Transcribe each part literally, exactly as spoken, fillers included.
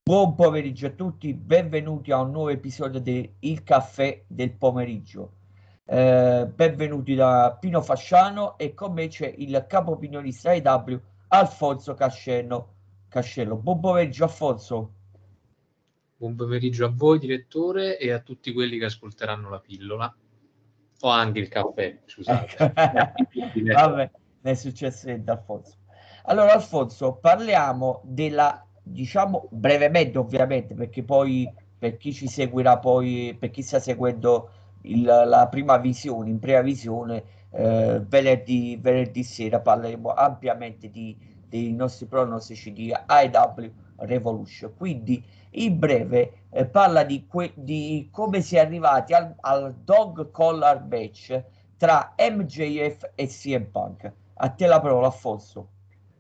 Buon pomeriggio a tutti, benvenuti a un nuovo episodio di Il Caffè del Pomeriggio. Eh, benvenuti da Pino Fasciano e con me c'è il capo opinionista A E W Alfonso Cascello. Cascello. Buon pomeriggio Alfonso. Buon pomeriggio a voi, direttore, e a tutti quelli che ascolteranno la pillola. O anche il caffè, scusate. Vabbè, ne è successo niente, Alfonso. Allora, Alfonso, parliamo della, diciamo, brevemente ovviamente, perché poi per chi ci seguirà poi, per chi sta seguendo il- la prima visione, in prima visione, eh, venerdì, venerdì sera parleremo ampiamente di, dei nostri pronostici di A E W Revolution. Quindi, in breve, eh, parla di, que- di come si è arrivati al, al dog collar match tra M J F e C M Punk. A te la parola, Alfonso.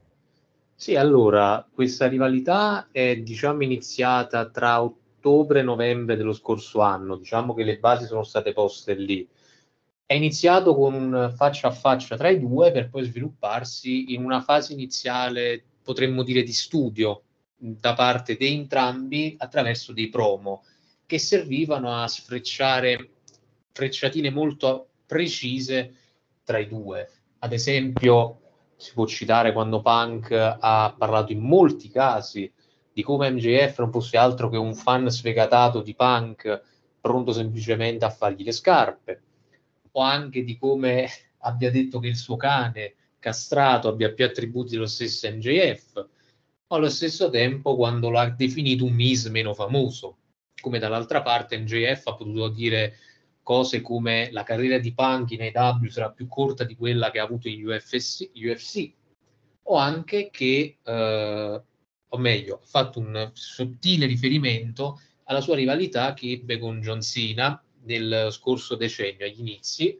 Sì, allora, questa rivalità è, diciamo, iniziata tra ottobre e novembre dello scorso anno. Diciamo che le basi sono state poste lì. È iniziato con un faccia a faccia tra i due per poi svilupparsi in una fase iniziale, potremmo dire, di studio da parte di entrambi attraverso dei promo che servivano a sfrecciare frecciatine molto precise tra i due. Ad esempio, si può citare quando Punk ha parlato in molti casi di come M J F non fosse altro che un fan sfegatato di Punk, pronto semplicemente a fargli le scarpe, o anche di come abbia detto che il suo cane castrato abbia più attributi dello stesso M J F, o allo stesso tempo quando l'ha definito un Miz meno famoso, come dall'altra parte M J F ha potuto dire cose come la carriera di Punk in A E W sarà più corta di quella che ha avuto in U F C, U F C, o anche che, eh, o meglio, ha fatto un sottile riferimento alla sua rivalità che ebbe con John Cena nel scorso decennio, agli inizi,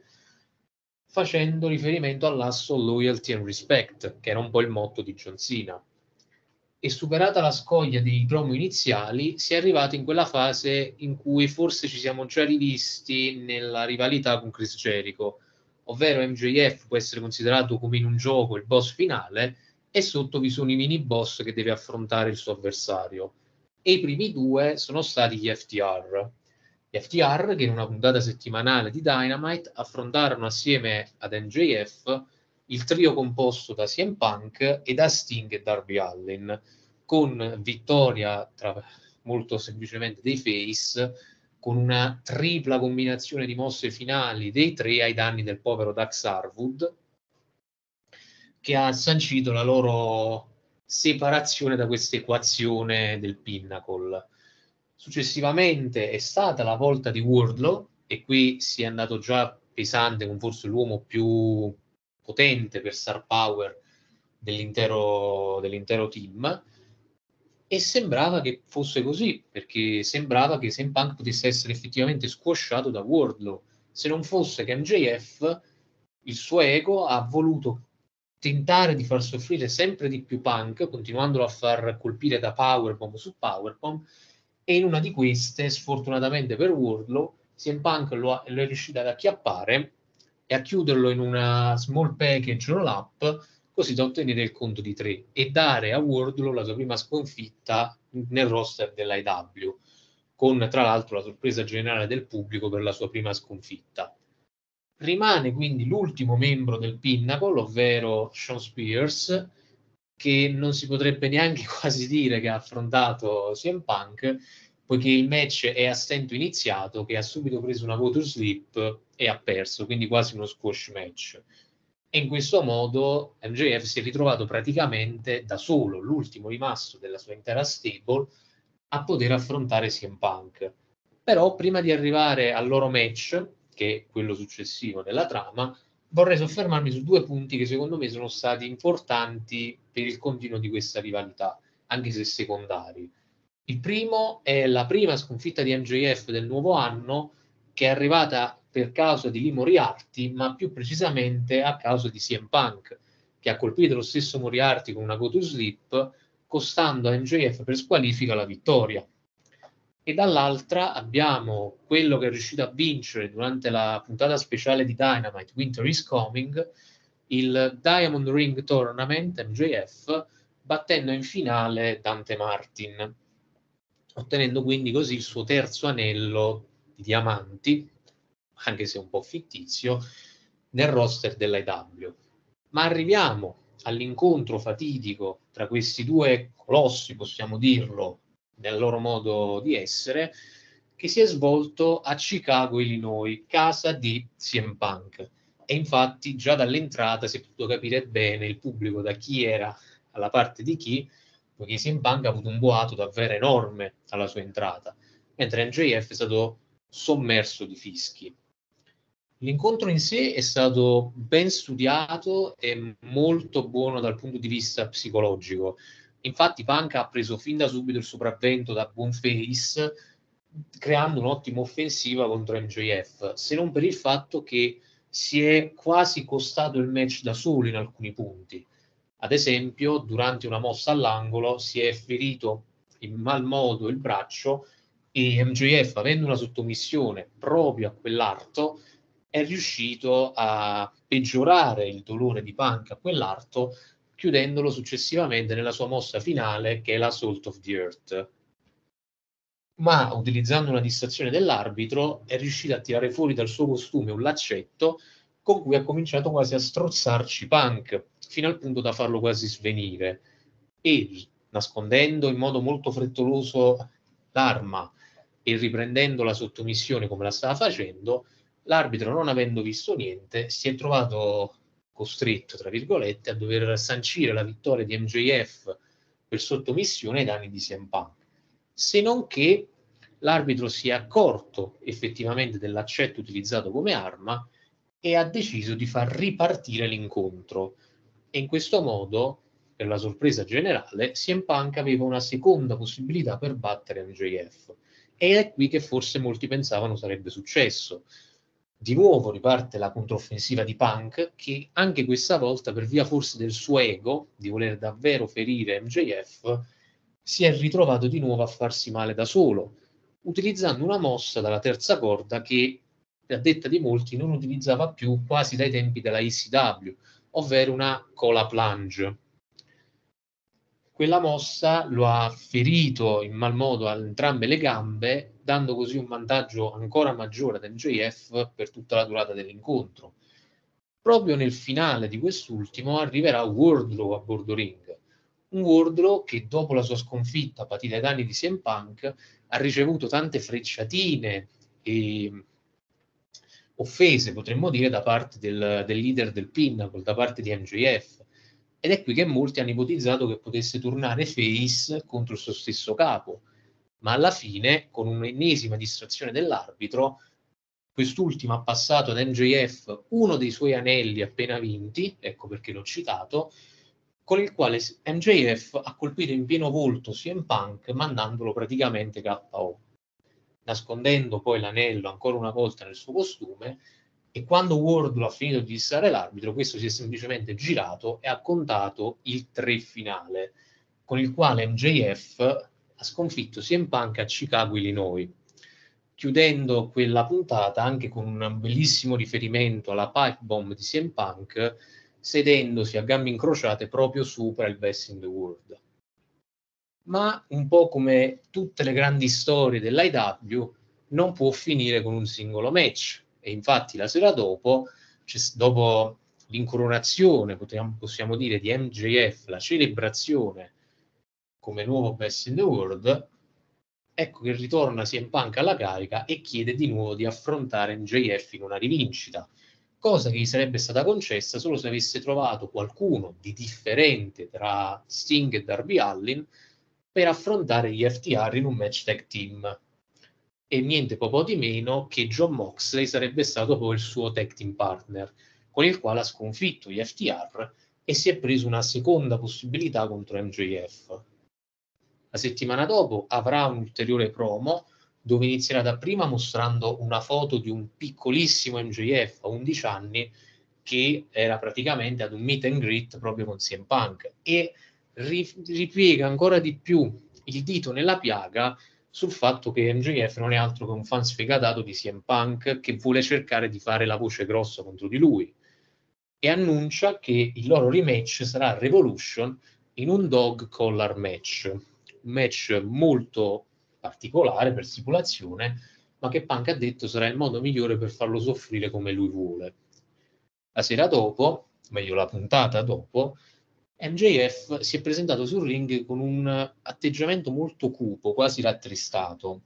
facendo riferimento all'asso loyalty and respect, che era un po' il motto di John Cena. E superata la scoglia dei promo iniziali, si è arrivati in quella fase in cui forse ci siamo già rivisti nella rivalità con Chris Jericho, ovvero M J F può essere considerato come in un gioco il boss finale e sotto vi sono i mini boss che deve affrontare il suo avversario. E i primi due sono stati gli F T R. Gli F T R che in una puntata settimanale di Dynamite affrontarono assieme ad M J F il trio composto da C M Punk e da Sting e Darby Allin, con vittoria tra, molto semplicemente dei face, con una tripla combinazione di mosse finali dei tre ai danni del povero Dax Harwood, che ha sancito la loro separazione da questa equazione del Pinnacle. Successivamente è stata la volta di Wardlow, e qui si è andato già pesante con forse l'uomo più potente per star power dell'intero, dell'intero team, e sembrava che fosse così, perché sembrava che C M Punk potesse essere effettivamente squasciato da Wardlow, se non fosse che M J F, il suo ego, ha voluto tentare di far soffrire sempre di più Punk, continuandolo a far colpire da powerbomb su powerbomb, e in una di queste, sfortunatamente per Wardlow, C M Punk lo, ha, lo è riuscito ad acchiappare e a chiuderlo in una small package roll-up, così da ottenere il conto di tre e dare a Wardlow la sua prima sconfitta nel roster dell'A E W, con tra l'altro la sorpresa generale del pubblico per la sua prima sconfitta. Rimane quindi l'ultimo membro del Pinnacle, ovvero Shawn Spears, che non si potrebbe neanche quasi dire che ha affrontato C M Punk, poiché il match è a stento iniziato, che ha subito preso una water slip e ha perso, quindi quasi uno squash match. E in questo modo M J F si è ritrovato praticamente da solo, l'ultimo rimasto della sua intera stable, a poter affrontare C M Punk. Però prima di arrivare al loro match, che è quello successivo della trama, vorrei soffermarmi su due punti che secondo me sono stati importanti per il continuo di questa rivalità, anche se secondari. Il primo è la prima sconfitta di M J F del nuovo anno, che è arrivata per causa di Lee Moriarty, ma più precisamente a causa di C M Punk, che ha colpito lo stesso Moriarty con una go to sleep, costando a M J F per squalifica la vittoria. E dall'altra abbiamo quello che è riuscito a vincere durante la puntata speciale di Dynamite, Winter is Coming, il Diamond Ring Tournament M J F, battendo in finale Dante Martin. ottenendo quindi così il suo terzo anello di diamanti, anche se un po' fittizio, nel roster dell'A E W. Ma arriviamo all'incontro fatidico tra questi due colossi, possiamo dirlo, nel loro modo di essere, che si è svolto a Chicago, Illinois, casa di C M Punk. E infatti già dall'entrata si è potuto capire bene il pubblico da chi era alla parte di chi, poiché C M Punk ha avuto un boato davvero enorme alla sua entrata, mentre M J F è stato sommerso di fischi. L'incontro in sé è stato ben studiato e molto buono dal punto di vista psicologico. Infatti Punk ha preso fin da subito il sopravvento da buon face, creando un'ottima offensiva contro M J F, se non per il fatto che si è quasi costato il match da solo in alcuni punti. Ad esempio, durante una mossa all'angolo si è ferito in mal modo il braccio e M J F, avendo una sottomissione proprio a quell'arto, è riuscito a peggiorare il dolore di Punk a quell'arto, chiudendolo successivamente nella sua mossa finale, che è la Salt of the Earth. Ma utilizzando una distrazione dell'arbitro è riuscito a tirare fuori dal suo costume un laccetto con cui ha cominciato quasi a strozzarci Punk, fino al punto da farlo quasi svenire, e nascondendo in modo molto frettoloso l'arma e riprendendo la sottomissione come la stava facendo, l'arbitro, non avendo visto niente, si è trovato costretto, tra virgolette, a dover sancire la vittoria di M J F per sottomissione ai danni di C M Punk. Se non che l'arbitro si è accorto effettivamente dell'accetto utilizzato come arma e ha deciso di far ripartire l'incontro. E in questo modo, per la sorpresa generale, C M Punk aveva una seconda possibilità per battere M J F. Ed è qui che forse molti pensavano sarebbe successo. Di nuovo riparte la controffensiva di Punk, che anche questa volta, per via forse del suo ego, di voler davvero ferire M J F, si è ritrovato di nuovo a farsi male da solo, utilizzando una mossa dalla terza corda che, a detta di molti, non utilizzava più quasi dai tempi della E C W, ovvero una cola plunge. Quella mossa lo ha ferito in mal modo a entrambe le gambe, dando così un vantaggio ancora maggiore ad M J F per tutta la durata dell'incontro. Proprio nel finale di quest'ultimo arriverà Wardlow a bordo ring, un Wardlow che dopo la sua sconfitta patita ai danni di C M Punk ha ricevuto tante frecciatine e offese, potremmo dire, da parte del, del leader del Pinnacle, da parte di M J F. Ed è qui che molti hanno ipotizzato che potesse tornare face contro il suo stesso capo, ma alla fine, con un'ennesima distrazione dell'arbitro, quest'ultimo ha passato ad M J F uno dei suoi anelli appena vinti, ecco perché l'ho citato, con il quale M J F ha colpito in pieno volto C M Punk, mandandolo praticamente K O, nascondendo poi l'anello ancora una volta nel suo costume. E quando Wardlow ha finito di dissare l'arbitro, questo si è semplicemente girato e ha contato il tre finale, con il quale M J F ha sconfitto C M Punk a Chicago, Illinois, chiudendo quella puntata anche con un bellissimo riferimento alla pipe bomb di C M Punk, sedendosi a gambe incrociate proprio sopra il Best in the World. Ma un po' come tutte le grandi storie dell'A E W, non può finire con un singolo match. E infatti la sera dopo, dopo l'incoronazione, potremmo, possiamo dire, di M J F, la celebrazione come nuovo Best in the World, ecco che ritorna C M Punk alla carica e chiede di nuovo di affrontare M J F in una rivincita, cosa che gli sarebbe stata concessa solo se avesse trovato qualcuno di differente tra Sting e Darby Allin per affrontare gli F T R in un match tag team. E niente po' di meno che Jon Moxley sarebbe stato poi il suo tag team partner, con il quale ha sconfitto gli F T R e si è preso una seconda possibilità contro M J F. La settimana dopo avrà un ulteriore promo dove inizierà dapprima mostrando una foto di un piccolissimo M J F a undici anni che era praticamente ad un meet and greet proprio con C M Punk, e ripiega ancora di più il dito nella piaga sul fatto che M J F non è altro che un fan sfegatato di C M Punk che vuole cercare di fare la voce grossa contro di lui, e annuncia che il loro rematch sarà Revolution in un dog collar match, un match molto particolare per stipulazione, ma che Punk ha detto sarà il modo migliore per farlo soffrire come lui vuole. La sera dopo, meglio la puntata dopo, M J F si è presentato sul ring con un atteggiamento molto cupo, quasi rattristato,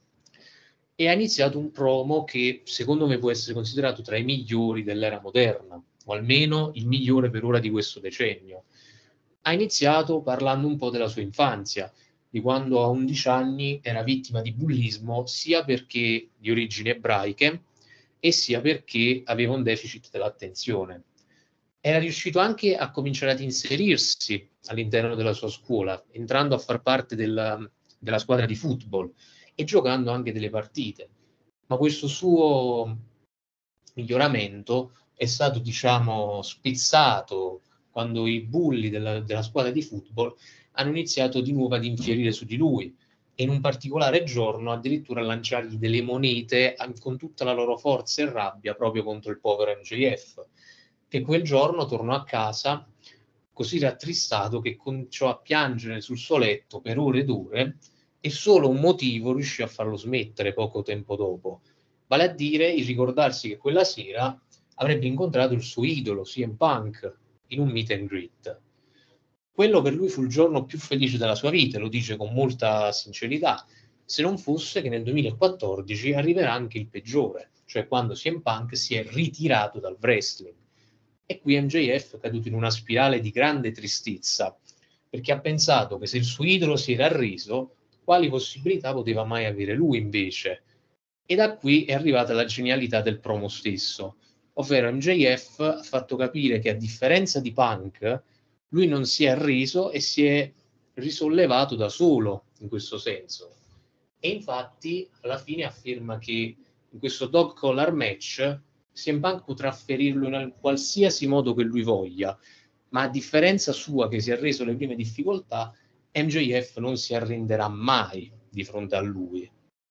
e ha iniziato un promo che secondo me può essere considerato tra i migliori dell'era moderna, o almeno il migliore per ora di questo decennio. Ha iniziato parlando un po' della sua infanzia, di quando a undici anni era vittima di bullismo sia perché di origini ebraiche e sia perché aveva un deficit dell'attenzione. Era riuscito anche a cominciare ad inserirsi all'interno della sua scuola, entrando a far parte della, della squadra di football e giocando anche delle partite. Ma questo suo miglioramento è stato, diciamo, spezzato quando i bulli della, della squadra di football hanno iniziato di nuovo ad infierire su di lui e in un particolare giorno addirittura a lanciargli delle monete con tutta la loro forza e rabbia proprio contro il povero M J F, che quel giorno tornò a casa così rattristato che cominciò a piangere sul suo letto per ore ed ore e solo un motivo riuscì a farlo smettere poco tempo dopo, vale a dire il ricordarsi che quella sera avrebbe incontrato il suo idolo C M Punk in un meet and greet. Quello per lui fu il giorno più felice della sua vita, lo dice con molta sincerità, se non fosse che nel duemilaquattordici arriverà anche il peggiore, cioè quando C M Punk si è ritirato dal wrestling. E qui M J F è caduto in una spirale di grande tristezza, perché ha pensato che se il suo idolo si era arreso, quali possibilità poteva mai avere lui invece? E da qui è arrivata la genialità del promo stesso, ovvero M J F ha fatto capire che a differenza di Punk, lui non si è arreso e si è risollevato da solo in questo senso. E infatti alla fine afferma che in questo dog collar match C M Punk potrà ferirlo in qualsiasi modo che lui voglia, ma a differenza sua che si è arreso alle prime difficoltà, M J F non si arrenderà mai di fronte a lui.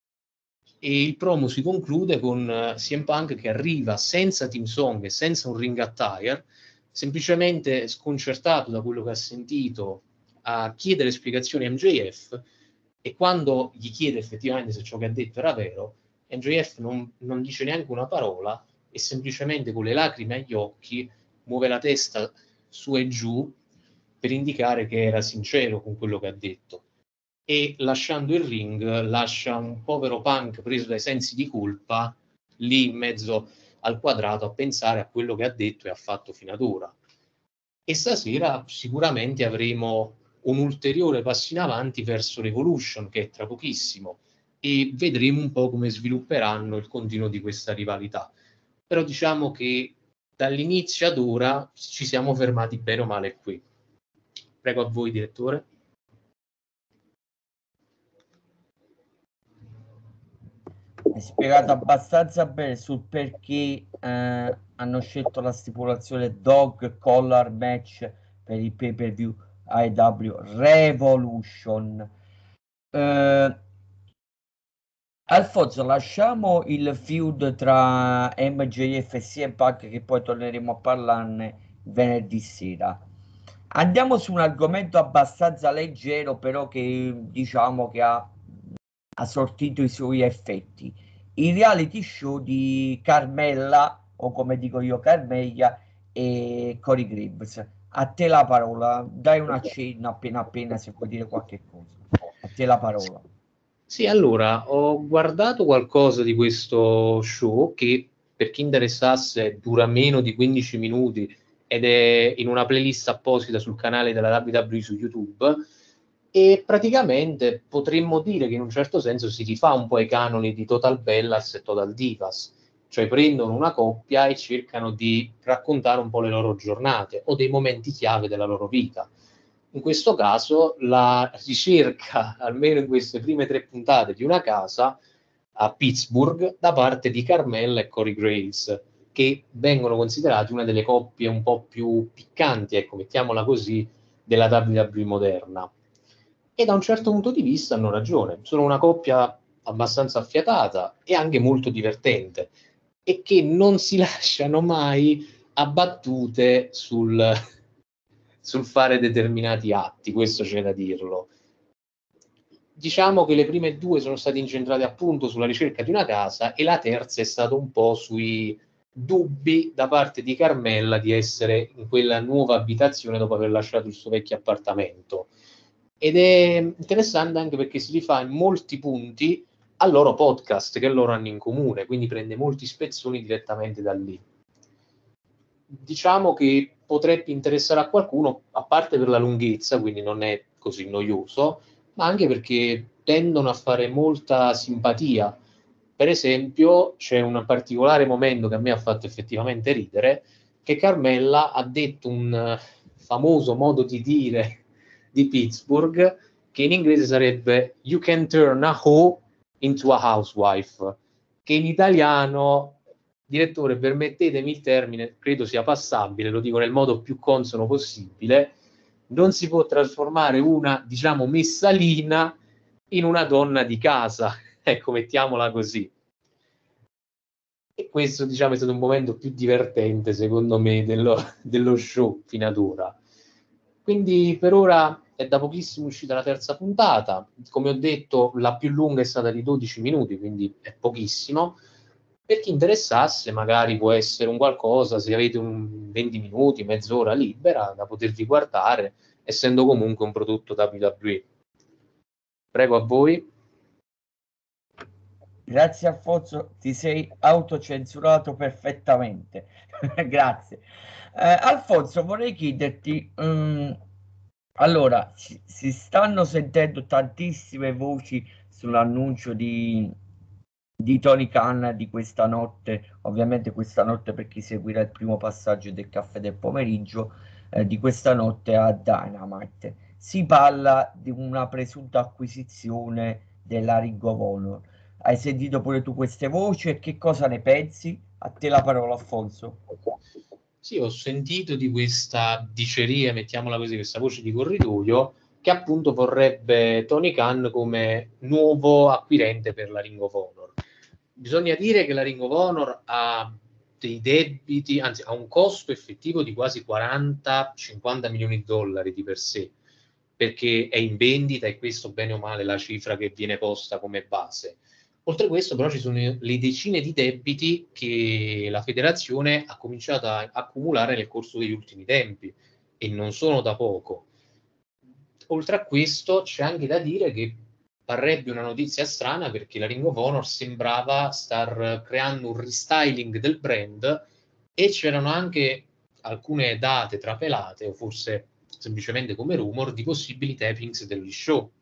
E il promo si conclude con uh, C M Punk che arriva senza team song e senza un ring attire, semplicemente sconcertato da quello che ha sentito, a chiedere spiegazioni a M J F, e quando gli chiede effettivamente se ciò che ha detto era vero, M J F non, non dice neanche una parola e semplicemente con le lacrime agli occhi muove la testa su e giù per indicare che era sincero con quello che ha detto. E lasciando il ring lascia un povero Punk preso dai sensi di colpa lì in mezzo al quadrato a pensare a quello che ha detto e ha fatto fino ad ora. E stasera sicuramente avremo un ulteriore passo in avanti verso l'Evolution, che è tra pochissimo, e vedremo un po' come svilupperanno il continuo di questa rivalità. Però diciamo che dall'inizio ad ora ci siamo fermati bene o male qui. Prego a voi, direttore. Hai spiegato abbastanza bene sul perché eh, hanno scelto la stipulazione dog collar match per il pay per view A E W Revolution. eh, Alfonso, lasciamo il feud tra M J F e C M Punk, che poi torneremo a parlarne venerdì sera. Andiamo su un argomento abbastanza leggero, però che diciamo che ha, ha sortito i suoi effetti. Il reality show di Carmella, o come dico io Carmeglia, e Corey Graves. A te la parola, dai un accenno appena appena se vuoi dire qualche cosa. A te la parola. Sì, allora, ho guardato qualcosa di questo show che, per chi interessasse, dura meno di quindici minuti ed è in una playlist apposita sul canale della W W E su YouTube, e praticamente potremmo dire che in un certo senso si rifà un po' ai canoni di Total Bellas e Total Divas, cioè prendono una coppia e cercano di raccontare un po' le loro giornate o dei momenti chiave della loro vita. In questo caso la ricerca, almeno in queste prime tre puntate, di una casa a Pittsburgh da parte di Carmella e Corey Graves, che vengono considerati una delle coppie un po' più piccanti, ecco, mettiamola così, della W W E moderna. E da un certo punto di vista hanno ragione, sono una coppia abbastanza affiatata e anche molto divertente, e che non si lasciano mai abbattute sul, sul fare determinati atti, questo c'è da dirlo. diciamo che le prime due sono state incentrate appunto sulla ricerca di una casa e la terza è stata un po' sui dubbi da parte di Carmella di essere in quella nuova abitazione dopo aver lasciato il suo vecchio appartamento. Ed è interessante anche perché si rifà in molti punti al loro podcast che loro hanno in comune, quindi prende molti spezzoni direttamente da lì. Diciamo che potrebbe interessare a qualcuno, a parte per la lunghezza, quindi non è così noioso, ma anche perché tendono a fare molta simpatia. Per esempio, c'è un particolare momento che a me ha fatto effettivamente ridere, che Carmella ha detto un famoso modo di dire di Pittsburgh, che in inglese sarebbe "You can turn a hoe into a housewife", che in italiano, direttore, permettetemi il termine, credo sia passabile, lo dico nel modo più consono possibile, non si può trasformare una, diciamo, messalina in una donna di casa, ecco, mettiamola così. E questo, diciamo, è stato un momento più divertente, secondo me, dello, dello show fino ad ora. Quindi per ora è da pochissimo uscita la terza puntata, come ho detto la più lunga è stata di dodici minuti, quindi è pochissimo. Per chi interessasse magari può essere un qualcosa, se avete un venti minuti, mezz'ora libera da potervi guardare, essendo comunque un prodotto W W E. Prego, a voi. Grazie Alfonso, ti sei autocensurato perfettamente. Grazie. Eh, Alfonso, vorrei chiederti, mm, allora, si, si stanno sentendo tantissime voci sull'annuncio di, di Tony Khan di questa notte, ovviamente questa notte per chi seguirà il primo passaggio del caffè del pomeriggio, eh, di questa notte a Dynamite. Si parla di una presunta acquisizione della Ring of Honor. Hai sentito pure tu queste voci e che cosa ne pensi? A te la parola, Alfonso. Sì, ho sentito di questa diceria, mettiamola così, questa voce di corridoio, che appunto vorrebbe Tony Khan come nuovo acquirente per la Ring of Honor. Bisogna dire che la Ring of Honor ha dei debiti, anzi ha un costo effettivo di quasi quaranta cinquanta milioni di dollari di per sé, perché è in vendita e questo bene o male è la cifra che viene posta come base. Oltre a questo, però, ci sono le decine di debiti che la federazione ha cominciato a accumulare nel corso degli ultimi tempi e non sono da poco. Oltre a questo, c'è anche da dire che parrebbe una notizia strana perché la Ring of Honor sembrava star creando un restyling del brand e c'erano anche alcune date trapelate, o forse semplicemente come rumor, di possibili tapings degli show.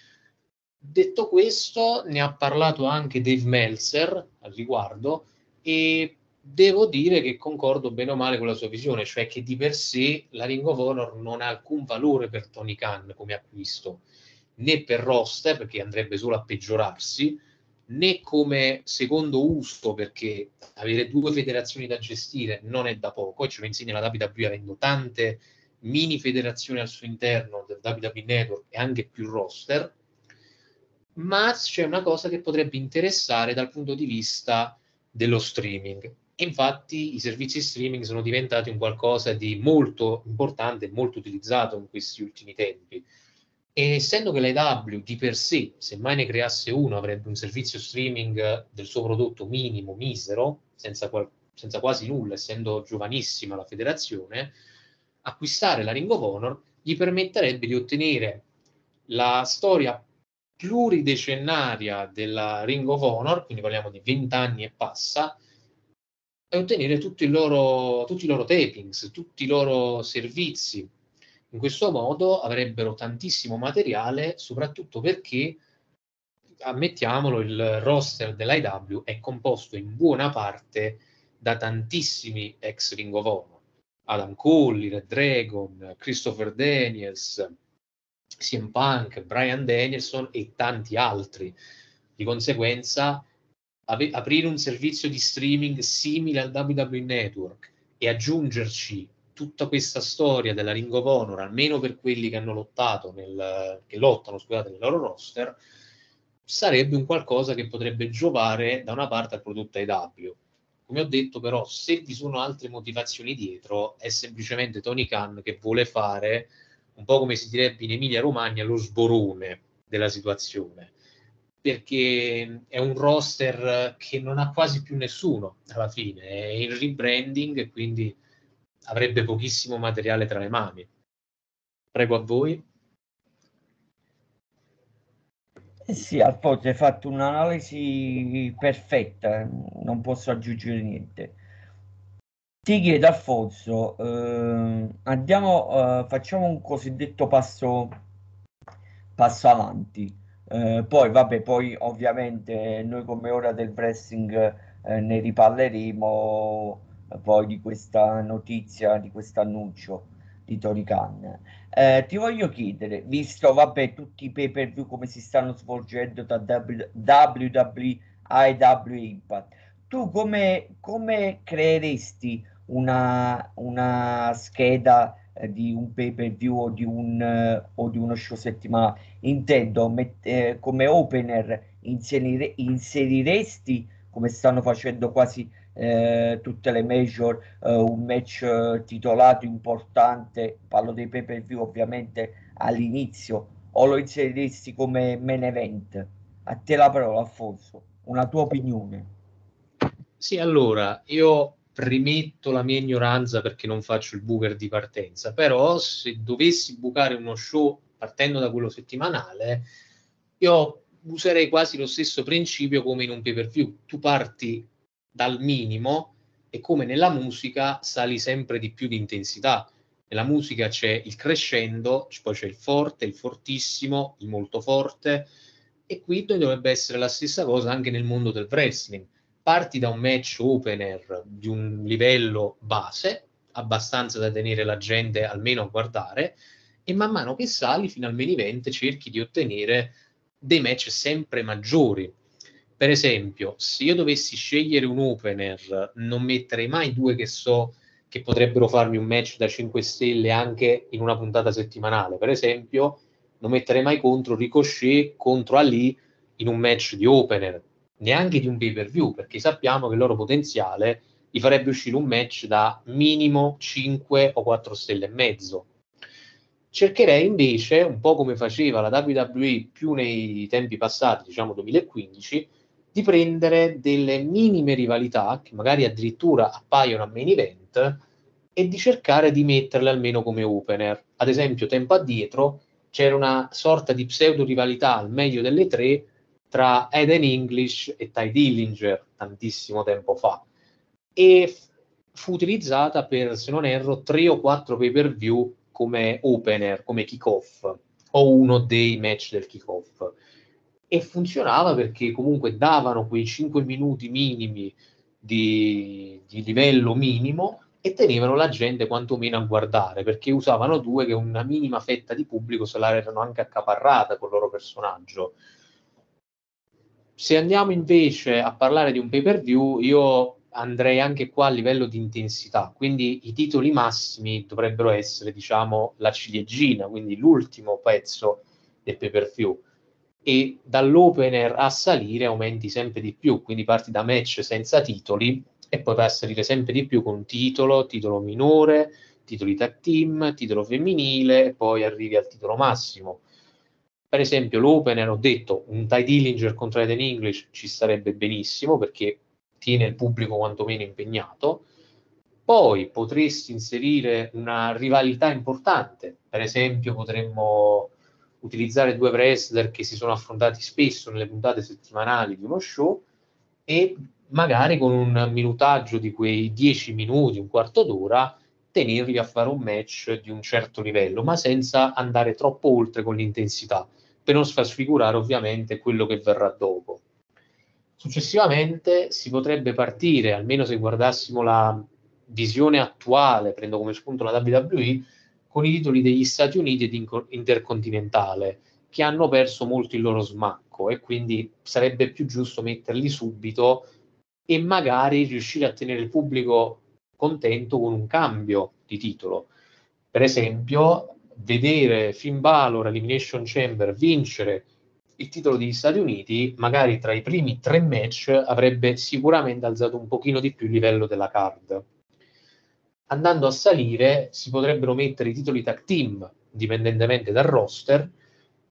Detto questo, ne ha parlato anche Dave Meltzer al riguardo e devo dire che concordo bene o male con la sua visione, cioè che di per sé la Ring of Honor non ha alcun valore per Tony Khan come acquisto, né per roster, perché andrebbe solo a peggiorarsi, né come secondo uso, perché avere due federazioni da gestire non è da poco, e ce lo insegna la W W E avendo tante mini federazioni al suo interno del W W E Network e anche più roster, ma c'è una cosa che potrebbe interessare dal punto di vista dello streaming. Infatti i servizi streaming sono diventati un qualcosa di molto importante e molto utilizzato in questi ultimi tempi. E essendo che l'A E W di per sé, se mai ne creasse uno, avrebbe un servizio streaming del suo prodotto minimo, misero, senza, qual- senza quasi nulla, essendo giovanissima la federazione, acquistare la Ring of Honor gli permetterebbe di ottenere la storia pluridecennaria della Ring of Honor, quindi parliamo di venti anni e passa, e ottenere tutti i loro, tutti i loro tapings, tutti i loro servizi. In questo modo avrebbero tantissimo materiale, soprattutto perché, ammettiamolo, il roster dell'A E W è composto in buona parte da tantissimi ex Ring of Honor. Adam Cole, Red Dragon, Christopher Daniels, C M Punk, Bryan Danielson e tanti altri. Di conseguenza, ave- aprire un servizio di streaming simile al W W E Network e aggiungerci tutta questa storia della Ring of Honor, almeno per quelli che hanno lottato nel, che lottano, scusate, nel loro roster, sarebbe un qualcosa che potrebbe giovare da una parte al prodotto A E W. Come ho detto, però, se vi sono altre motivazioni dietro, è semplicemente Tony Khan che vuole fare un po' come si direbbe in Emilia Romagna lo sborone, della situazione, perché è un roster che non ha quasi più nessuno alla fine, è il rebranding e quindi avrebbe pochissimo materiale tra le mani. Prego, a voi. Eh sì, Alfonso, hai fatto un'analisi perfetta, non posso aggiungere niente. Ti chiedo, Alfonso, eh, andiamo, eh, facciamo un cosiddetto passo, passo avanti. Eh, poi, vabbè, poi ovviamente noi come ora del wrestling eh, ne riparleremo eh, poi di questa notizia, di questo annuncio di Tony Khan. Eh, ti voglio chiedere, visto, vabbè, tutti i pay-per-view come si stanno svolgendo da W W E a E W Impact, tu come, come creeresti una, una scheda eh, di un pay-per-view o di un, eh, o di uno show settimanale? Intendo, met- eh, come opener inserire- inseriresti, come stanno facendo quasi eh, tutte le major, eh, un match eh, titolato importante, parlo dei pay-per-view ovviamente all'inizio, o lo inseriresti come main event? A te la parola, Alfonso, una tua opinione. Sì, allora, io premetto la mia ignoranza perché non faccio il booker di partenza, però se dovessi bucare uno show partendo da quello settimanale, io userei quasi lo stesso principio come in un pay-per-view. Tu parti dal minimo e come nella musica sali sempre di più di intensità. Nella musica c'è il crescendo, poi c'è il forte, il fortissimo, il molto forte, e qui dovrebbe essere la stessa cosa anche nel mondo del wrestling. Parti da un match opener di un livello base, abbastanza da tenere la gente almeno a guardare, e man mano che sali fino al main event cerchi di ottenere dei match sempre maggiori. Per esempio, se io dovessi scegliere un opener, non metterei mai due che so che potrebbero farmi un match da cinque stelle anche in una puntata settimanale. Per esempio, non metterei mai contro Ricochet contro Ali in un match di opener, neanche di un pay-per-view, perché sappiamo che il loro potenziale gli farebbe uscire un match da minimo cinque o quattro stelle e mezzo. Cercherei invece, un po' come faceva la W W E più nei tempi passati, diciamo duemilaquindici, di prendere delle minime rivalità, che magari addirittura appaiono a main event, e di cercare di metterle almeno come opener. Ad esempio, tempo addietro c'era una sorta di pseudo rivalità al meglio delle tre tra Eden English e Ty Dillinger, tantissimo tempo fa, e f- fu utilizzata per, se non erro, tre o quattro pay-per-view come opener, come kick-off, o uno dei match del kick-off. E funzionava perché comunque davano quei cinque minuti minimi di, di livello minimo e tenevano la gente quantomeno a guardare, perché usavano due che una minima fetta di pubblico se la erano anche accaparrata col loro personaggio. Se andiamo invece a parlare di un pay-per-view, io andrei anche qua a livello di intensità, quindi i titoli massimi dovrebbero essere, diciamo, la ciliegina, quindi l'ultimo pezzo del pay-per-view, e dall'opener a salire aumenti sempre di più, quindi parti da match senza titoli e poi vai a salire sempre di più con titolo, titolo minore, titoli tag team, titolo femminile e poi arrivi al titolo massimo. Per esempio l'opener, ho detto, un Ty Dillinger contro Eden English ci starebbe benissimo perché tiene il pubblico quantomeno impegnato. Poi potresti inserire una rivalità importante, per esempio potremmo utilizzare due wrestler che si sono affrontati spesso nelle puntate settimanali di uno show e magari con un minutaggio di quei dieci minuti, un quarto d'ora, tenerli a fare un match di un certo livello, ma senza andare troppo oltre con l'intensità, per non far sfigurare ovviamente quello che verrà dopo. Successivamente si potrebbe partire, almeno se guardassimo la visione attuale, prendo come spunto la W W E, con i titoli degli Stati Uniti ed intercontinentale, che hanno perso molto il loro smacco e quindi sarebbe più giusto metterli subito e magari riuscire a tenere il pubblico contento con un cambio di titolo. Per esempio, vedere Finn Balor Elimination Chamber vincere il titolo degli Stati Uniti, magari tra i primi tre match, avrebbe sicuramente alzato un pochino di più il livello della card. Andando a salire, si potrebbero mettere i titoli tag team, dipendentemente dal roster,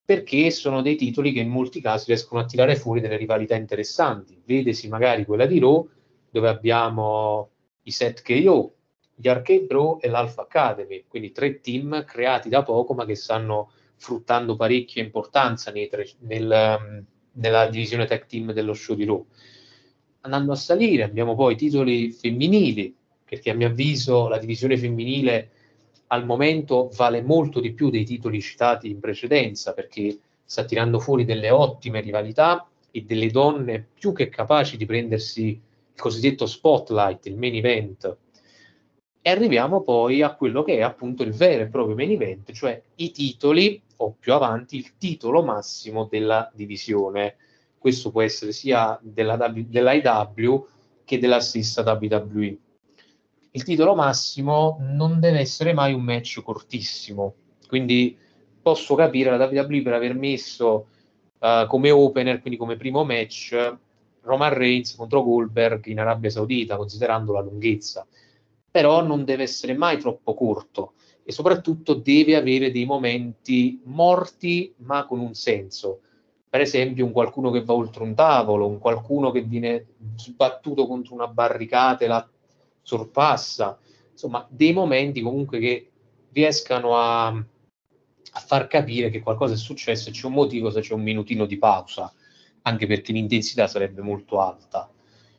perché sono dei titoli che in molti casi riescono a tirare fuori delle rivalità interessanti. Vedesi magari quella di Raw, dove abbiamo i Set K O, gli Arcade Bro e l'Alpha Academy, quindi tre team creati da poco ma che stanno fruttando parecchia importanza nei tre, nel, nella divisione tag team dello show di Raw. Andando a salire abbiamo poi titoli femminili, perché a mio avviso la divisione femminile al momento vale molto di più dei titoli citati in precedenza, perché sta tirando fuori delle ottime rivalità e delle donne più che capaci di prendersi il cosiddetto spotlight, il main event. E arriviamo poi a quello che è appunto il vero e proprio main event, cioè i titoli, o più avanti il titolo massimo della divisione. Questo può essere sia della, dell'I W che della stessa W W E. Il titolo massimo non deve essere mai un match cortissimo, quindi posso capire la W W E per aver messo uh, come opener, quindi come primo match, Roman Reigns contro Goldberg in Arabia Saudita, considerando la lunghezza. Però non deve essere mai troppo corto e soprattutto deve avere dei momenti morti ma con un senso. Per esempio un qualcuno che va oltre un tavolo, un qualcuno che viene sbattuto contro una barricata e la sorpassa, insomma dei momenti comunque che riescano a, a far capire che qualcosa è successo e c'è un motivo se c'è un minutino di pausa, anche perché l'intensità sarebbe molto alta.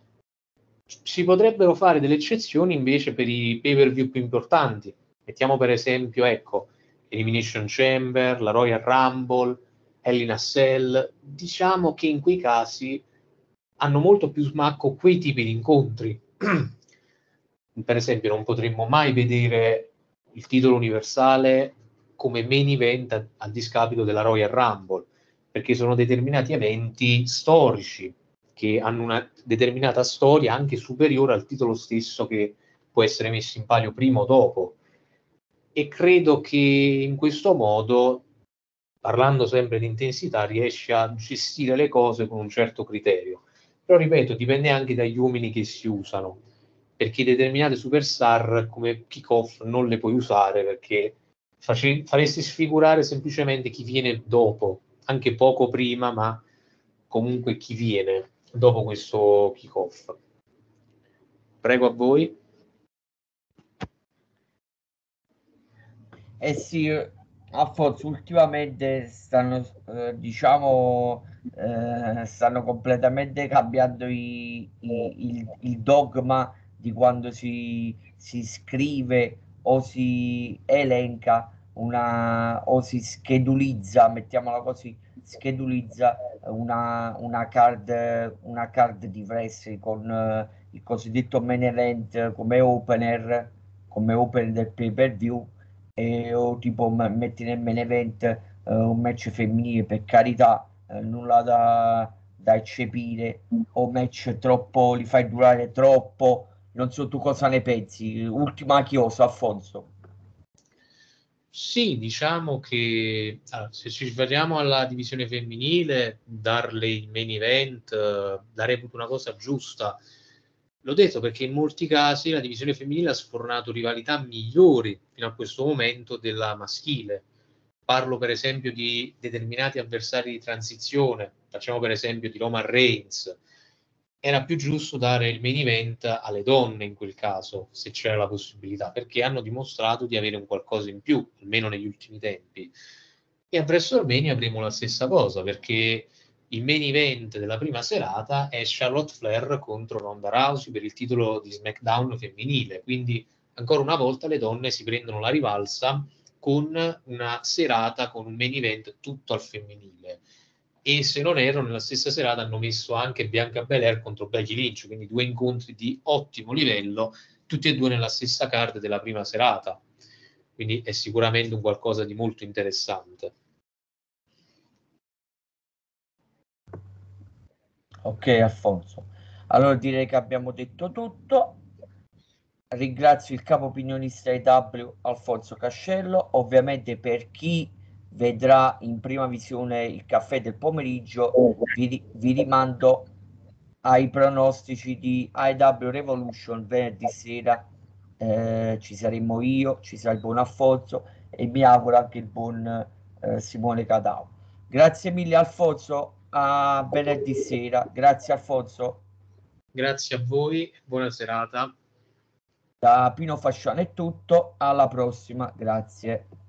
Si potrebbero fare delle eccezioni invece per i pay per view più importanti. Mettiamo per esempio, ecco, Elimination Chamber, la Royal Rumble, Hell in a Cell. Diciamo che in quei casi hanno molto più smacco quei tipi di incontri. Per esempio non potremmo mai vedere il titolo universale come main event a, a discapito della Royal Rumble, perché sono determinati eventi storici che hanno una determinata storia anche superiore al titolo stesso che può essere messo in palio prima o dopo. E credo che in questo modo, parlando sempre di intensità, riesce a gestire le cose con un certo criterio. Però ripeto, dipende anche dagli uomini che si usano, perché determinate superstar come kick-off non le puoi usare perché face- faresti sfigurare semplicemente chi viene dopo, anche poco prima, ma comunque chi viene dopo questo kick-off. Prego a voi. Eh sì, Alfonso, ultimamente stanno, eh, diciamo, eh, stanno completamente cambiando i- i- il, il dogma di quando si, si scrive o si elenca una, o si schedulizza, mettiamola così, schedulizza una, una card, una card di wrestling con eh, il cosiddetto main event come opener, come opener del pay per view e, o tipo m- metti nel main event eh, un match femminile, per carità, eh, nulla da, da eccepire, o match troppo, li fai durare troppo, non so tu cosa ne pensi. Ultima chiosa, Alfonso. Sì, diciamo che allora, se ci riferiamo alla divisione femminile, darle il main event eh, la reputo una cosa giusta. L'ho detto perché in molti casi la divisione femminile ha sfornato rivalità migliori fino a questo momento della maschile. Parlo per esempio di determinati avversari di transizione, facciamo per esempio di Roman Reigns. Era più giusto dare il main event alle donne in quel caso, se c'era la possibilità, perché hanno dimostrato di avere un qualcosa in più, almeno negli ultimi tempi. E a WrestleMania avremo la stessa cosa, perché il main event della prima serata è Charlotte Flair contro Ronda Rousey per il titolo di SmackDown femminile, quindi ancora una volta le donne si prendono la rivalsa con una serata con un main event tutto al femminile. E se non erro, nella stessa serata hanno messo anche Bianca Belair contro Becky Lynch, quindi due incontri di ottimo livello, tutti e due nella stessa card della prima serata. Quindi è sicuramente un qualcosa di molto interessante. Ok, Alfonso. Allora direi che abbiamo detto tutto. Ringrazio il capo opinionista I W Alfonso Cascello. Ovviamente per chi vedrà in prima visione il caffè del pomeriggio, vi, vi rimando ai pronostici di I W Revolution venerdì sera. Eh, ci saremo io, ci sarà il buon Alfonso e mi auguro anche il buon eh, Simone Cadao. Grazie mille Alfonso, a venerdì sera. Grazie Alfonso. Grazie a voi, buona serata. Da Pino Fasciano è tutto, alla prossima, grazie.